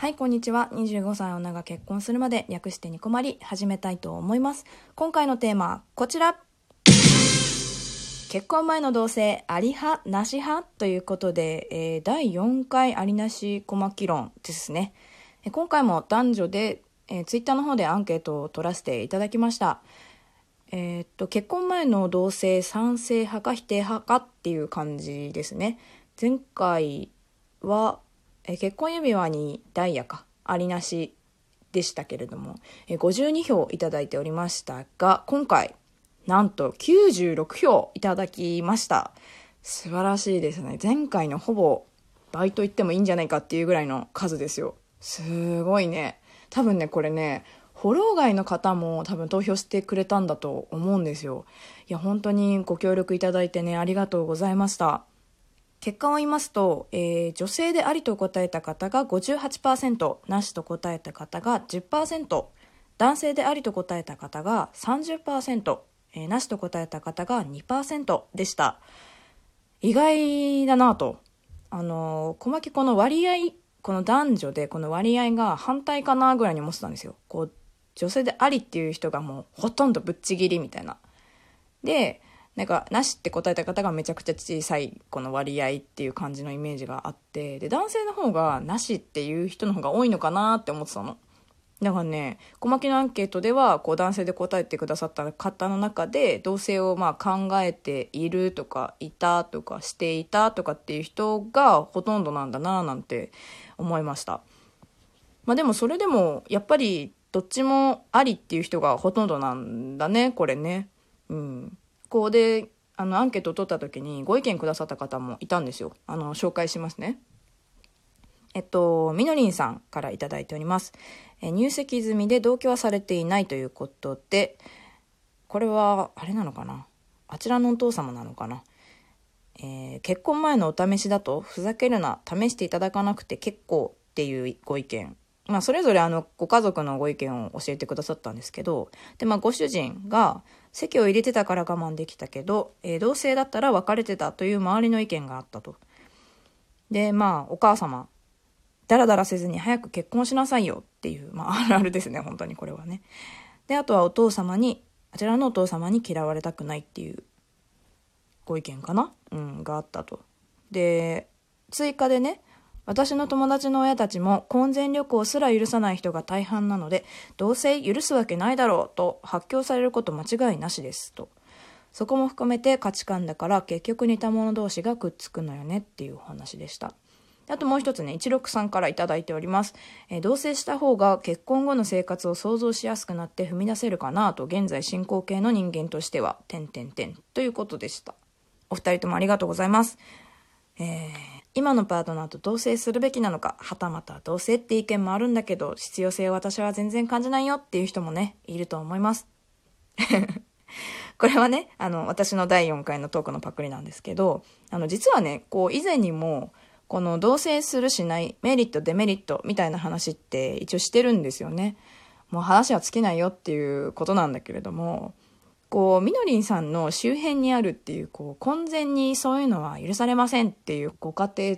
はい、こんにちは。25歳女が結婚するまで略してニコマリ始めたいと思います。今回のテーマ、こちら。結婚前の同棲、あり派、なし派ということで、第4回ありなし小牧論ですね。今回も男女で、ツイッターの方でアンケートを取らせていただきました。結婚前の同棲、賛成派か否定派かっていう感じですね。前回は、結婚指輪にダイヤかありなしでしたけれども、52票いただいておりましたが、今回なんと96票いただきました。素晴らしいですね。前回のほぼ倍と言ってもいいんじゃないかっていうぐらいの数ですよ。すごいね。多分ね、これね、フォロー外の方も多分投票してくれたんだと思うんですよ。いや、本当にご協力いただいてね、ありがとうございました。結果を言いますと、女性でありと答えた方が 58%、なしと答えた方が 10%、男性でありと答えた方が 30%、なしと答えた方が 2% でした。意外だなと。小牧この割合、この男女でこの割合が反対かなぐらいに思ってたんですよ。こう、女性でありっていう人がもうほとんどぶっちぎりみたいな。で、なんか、なしって答えた方がめちゃくちゃ小さいこの割合っていう感じのイメージがあって、で、男性の方がなしっていう人の方が多いのかなって思ってたの。だからね、小牧のアンケートでは、こう男性で答えてくださった方の中で、同性をまあ考えているとか、いたとか、していたとかっていう人がほとんどなんだななんて思いました。まあでもそれでも、やっぱりどっちもありっていう人がほとんどなんだね、これね。うん。こうで、アンケートを取った時にご意見くださった方もいたんですよ。紹介しますね。みのりんさんからいただいております。入籍済みで同居はされていないということで、これは、あれなのかな、あちらのお父様なのかな。結婚前のお試しだと、ふざけるな、試していただかなくて結構っていうご意見。まあ、それぞれご家族のご意見を教えてくださったんですけど、で、まあ、ご主人が、籍を入れてたから我慢できたけど、同性だったら別れてたという周りの意見があったと。で、まあ、お母様、だらだらせずに早く結婚しなさいよっていう、まあ、あるあるですね、本当にこれはね。で、あとはあちらのお父様に嫌われたくないっていうご意見かな、があったと。で、追加でね、私の友達の親たちも婚前旅行すら許さない人が大半なので、同棲許すわけないだろうと発狂されること間違いなしですと。そこも含めて価値観だから結局似た者同士がくっつくのよねっていうお話でした。あともう一つね、16さんからいただいております。同棲した方が結婚後の生活を想像しやすくなって踏み出せるかなと、現在進行形の人間としては、ということでした。お二人ともありがとうございます。今のパートナーと同棲するべきなのか、はたまた同棲って意見もあるんだけど、必要性を私は全然感じないよっていう人もね、いると思います。これはね、私の第4回のトークのパクリなんですけど、実はね、こう、以前にも、この同棲するしないメリットデメリットみたいな話って一応してるんですよね。もう話は尽きないよっていうことなんだけれども、こうみのりんさんの周辺にあるっていう、こう婚前にそういうのは許されませんっていうご家庭って、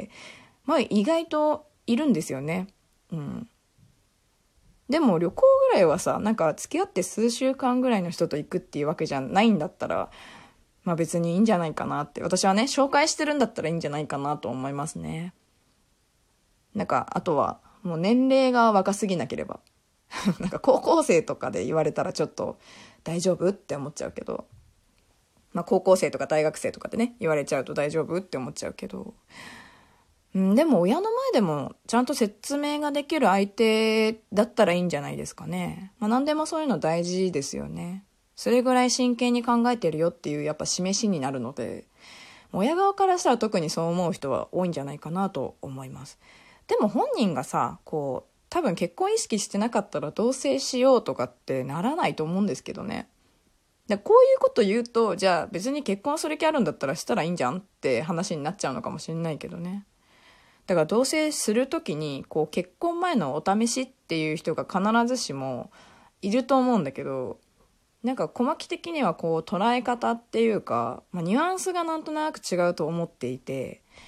まあ意外といるんですよね。うん。でも旅行ぐらいはさ、なんか付き合って数週間ぐらいの人と行くっていうわけじゃないんだったら、まあ別にいいんじゃないかなって。私はね、紹介してるんだったらいいんじゃないかなと思いますね。なんか、あとは、もう年齢が若すぎなければ。なんか高校生とかで言われたらちょっと大丈夫って思っちゃうけど。まあ高校生とか大学生とかでね、言われちゃうと大丈夫って思っちゃうけど。でも親の前でもちゃんと説明ができる相手だったらいいんじゃないですかね。まあ何でもそういうの大事ですよね。それぐらい真剣に考えてるよっていうやっぱ示しになるので、親側からしたら特にそう思う人は多いんじゃないかなと思います。でも本人がさ、こう、多分結婚意識してなかったら同棲しようとかってならないと思うんですけどね。こういうこと言うと、じゃあ別に結婚する気あるんだったらしたらいいんじゃんって話になっちゃうのかもしれないけどね。だから同棲するときに、こう結婚前のお試しっていう人が必ずしもいると思うんだけど、なんか小牧的にはこう捉え方っていうか、ニュアンスがなんとなく違うと思っていて、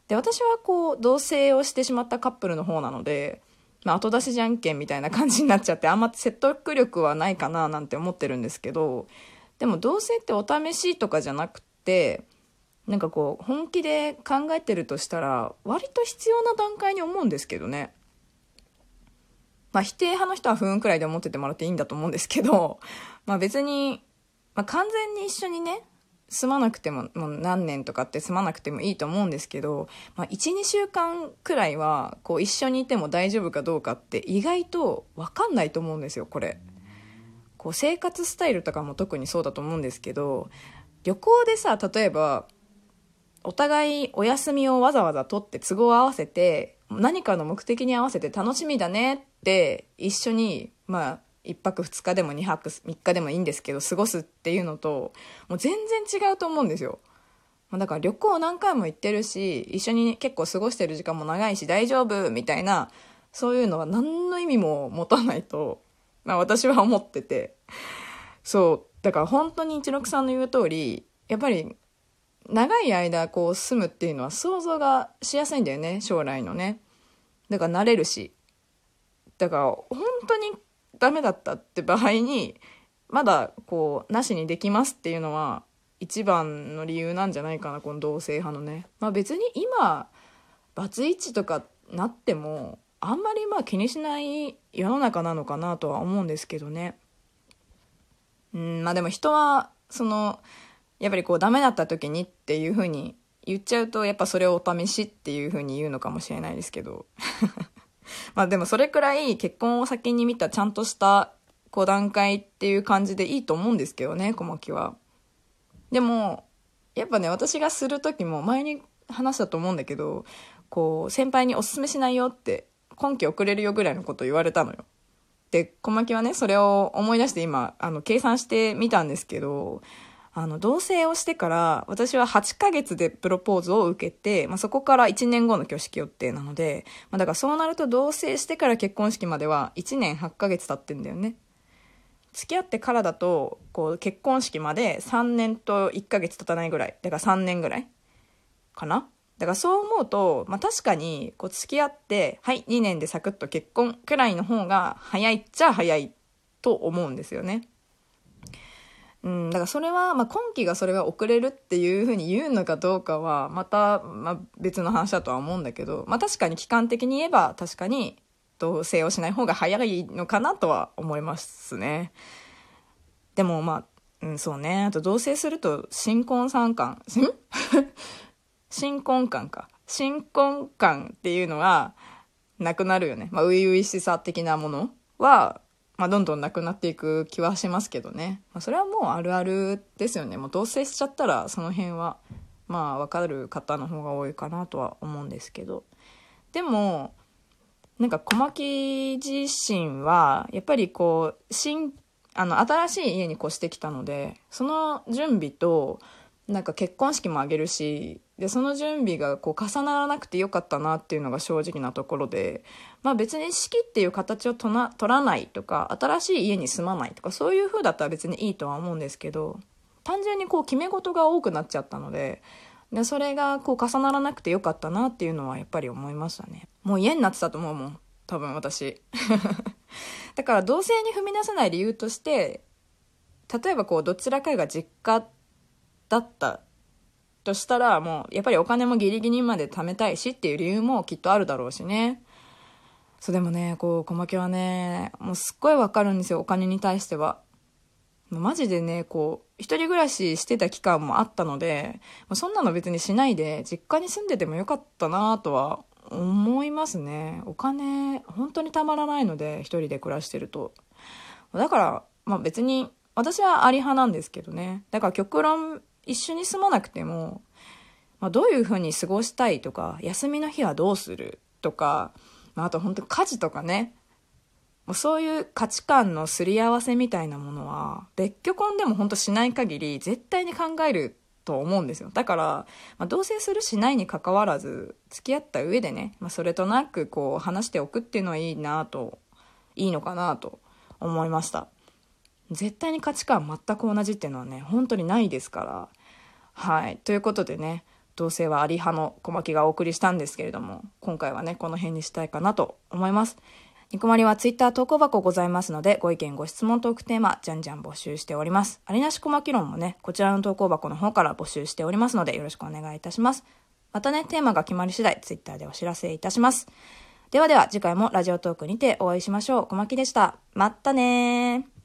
で、私はこう同棲をしてしまったカップルの方なので、後出しじゃんけんみたいな感じになっちゃって、あんま説得力はないかななんて思ってるんですけど、でも同棲ってお試しとかじゃなくて、なんかこう本気で考えてるとしたら割と必要な段階に思うんですけどね。否定派の人は不運くらいで思っててもらっていいんだと思うんですけど、別に、完全に一緒にね住まなくても、もう何年とかって住まなくてもいいと思うんですけど、1、2週間くらいはこう一緒にいても大丈夫かどうかって意外と分かんないと思うんですよ。これこう生活スタイルとかも特にそうだと思うんですけど、旅行でさ、例えばお互いお休みをわざわざ取って都合を合わせて何かの目的に合わせて楽しみだねって一緒に1泊2日でも2泊3日でもいいんですけど過ごすっていうのともう全然違うと思うんですよ。だから旅行何回も行ってるし一緒に結構過ごしてる時間も長いし大丈夫みたいな、そういうのは何の意味も持たないと、私は思ってて、そうだから本当に一六さんの言う通り、やっぱり長い間こう住むっていうのは想像がしやすいんだよね、将来のね。だから慣れるし、だから本当にダメだったって場合にまだこうなしにできますっていうのは一番の理由なんじゃないかな、この同性派のね。別に今バツイチとかなってもあんまり気にしない世の中なのかなとは思うんですけどね。でも人はやっぱりこうダメだった時にっていう風に言っちゃうとやっぱそれをお試しっていう風に言うのかもしれないですけどでもそれくらい結婚を先に見たちゃんとしたこう段階っていう感じでいいと思うんですけどね、小牧は。でもやっぱね、私がする時も前に話したと思うんだけど、こう先輩におすすめしないよって根拠遅れるよぐらいのこと言われたのよ。で小牧はねそれを思い出して今計算してみたんですけど、同棲をしてから私は8ヶ月でプロポーズを受けて、そこから1年後の挙式予定なので、だからそうなると同棲してから結婚式までは1年8ヶ月経ってんだよね。付き合ってからだとこう結婚式まで3年と1ヶ月経たないぐらいだから3年ぐらいかな。だからそう思うと、確かにこう付き合ってはい2年でサクッと結婚くらいの方が早いっちゃ早いと思うんですよね。だからそれは、今期がそれが遅れるっていうふうに言うのかどうかはまた、別の話だとは思うんだけど、確かに期間的に言えば確かに同棲をしない方が早いのかなとは思いますね。でもそうね、あと同棲すると新婚感新婚感っていうのはなくなるよね。初々しさ的なものはどんどんなくなっていく気はしますけどね。それはもうあるあるですよね。もう同棲しちゃったらその辺は分かる方の方が多いかなとは思うんですけど、でもなんか小牧自身はやっぱりこう新しい家に越してきたので、その準備となんか結婚式も挙げるし、でその準備がこう重ならなくてよかったなっていうのが正直なところで、別に式っていう形を取らないとか新しい家に住まないとかそういう風だったら別にいいとは思うんですけど、単純にこう決め事が多くなっちゃったので、それがこう重ならなくてよかったなっていうのはやっぱり思いましたね。もう嫌になってたと思うもん、多分私だから同棲に踏み出せない理由として、例えばこうどちらかが実家だったとしたら、もうやっぱりお金もギリギリまで貯めたいしっていう理由もきっとあるだろうしね。そうでもね、こう小牧はねもうすっごいわかるんですよ、お金に対しては。マジでね、こう一人暮らししてた期間もあったので、そんなの別にしないで実家に住んでてもよかったなとは思いますね。お金本当にたまらないので、一人で暮らしてると。だから別に私はあり派なんですけどね。だから極論一緒に住まなくても、どういう風に過ごしたいとか、休みの日はどうするとか、あと本当家事とかね、もうそういう価値観のすり合わせみたいなものは別居婚でも本当しない限り絶対に考えると思うんですよ。だから、同棲するしないに関わらず付き合った上でね、それとなくこう話しておくっていうのはいいのかなと思いました。絶対に価値観全く同じっていうのはね本当にないですから。はい、ということでね、 同性はあり派の小牧がお送りしたんですけれども、今回はね、この辺にしたいかなと思います。ニコマリはツイッター投稿箱ございますので、ご意見ご質問トークテーマじゃんじゃん募集しております。ありなし小牧論もね、こちらの投稿箱の方から募集しておりますので、よろしくお願いいたします。またね、テーマが決まり次第ツイッターでお知らせいたします。ではでは次回もラジオトークにてお会いしましょう。小牧でした。まったねー。